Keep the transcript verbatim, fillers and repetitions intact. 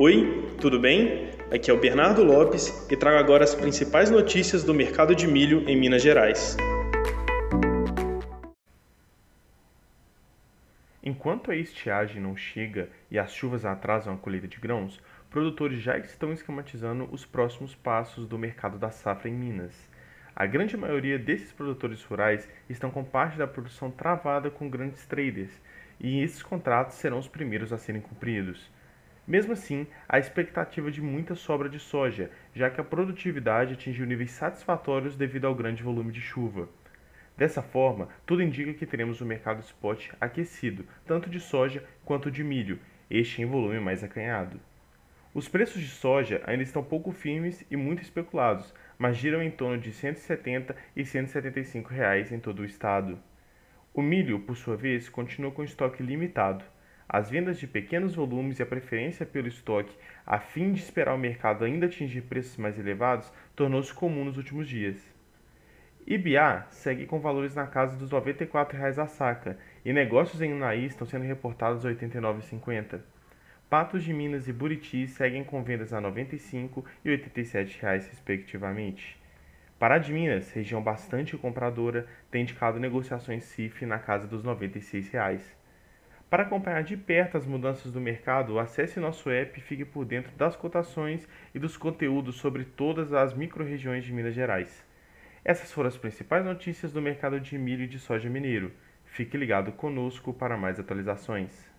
Oi, tudo bem? Aqui é o Bernardo Lopes e trago agora as principais notícias do mercado de milho em Minas Gerais. Enquanto a estiagem não chega e as chuvas atrasam a colheita de grãos, produtores já estão esquematizando os próximos passos do mercado da safra em Minas. A grande maioria desses produtores rurais estão com parte da produção travada com grandes traders, e esses contratos serão os primeiros a serem cumpridos. Mesmo assim, há expectativa de muita sobra de soja, já que a produtividade atingiu níveis satisfatórios devido ao grande volume de chuva. Dessa forma, tudo indica que teremos um mercado spot aquecido, tanto de soja quanto de milho, este em volume mais acanhado. Os preços de soja ainda estão pouco firmes e muito especulados, mas giram em torno de cento e setenta e cento e setenta e cinco reais em todo o estado. O milho, por sua vez, continua com estoque limitado. As vendas de pequenos volumes e a preferência pelo estoque, a fim de esperar o mercado ainda atingir preços mais elevados, tornou-se comum nos últimos dias. Ibiá segue com valores na casa dos noventa e quatro reais a saca, e negócios em Unaí estão sendo reportados a oitenta e nove reais e cinquenta centavos. Patos de Minas e Buriti seguem com vendas a noventa e cinco reais e oitenta e sete reais, respectivamente. Pará de Minas, região bastante compradora, tem indicado negociações C I F na casa dos noventa e seis reais. Para acompanhar de perto as mudanças do mercado, acesse nosso app e fique por dentro das cotações e dos conteúdos sobre todas as micro-regiões de Minas Gerais. Essas foram as principais notícias do mercado de milho e de soja mineiro. Fique ligado conosco para mais atualizações.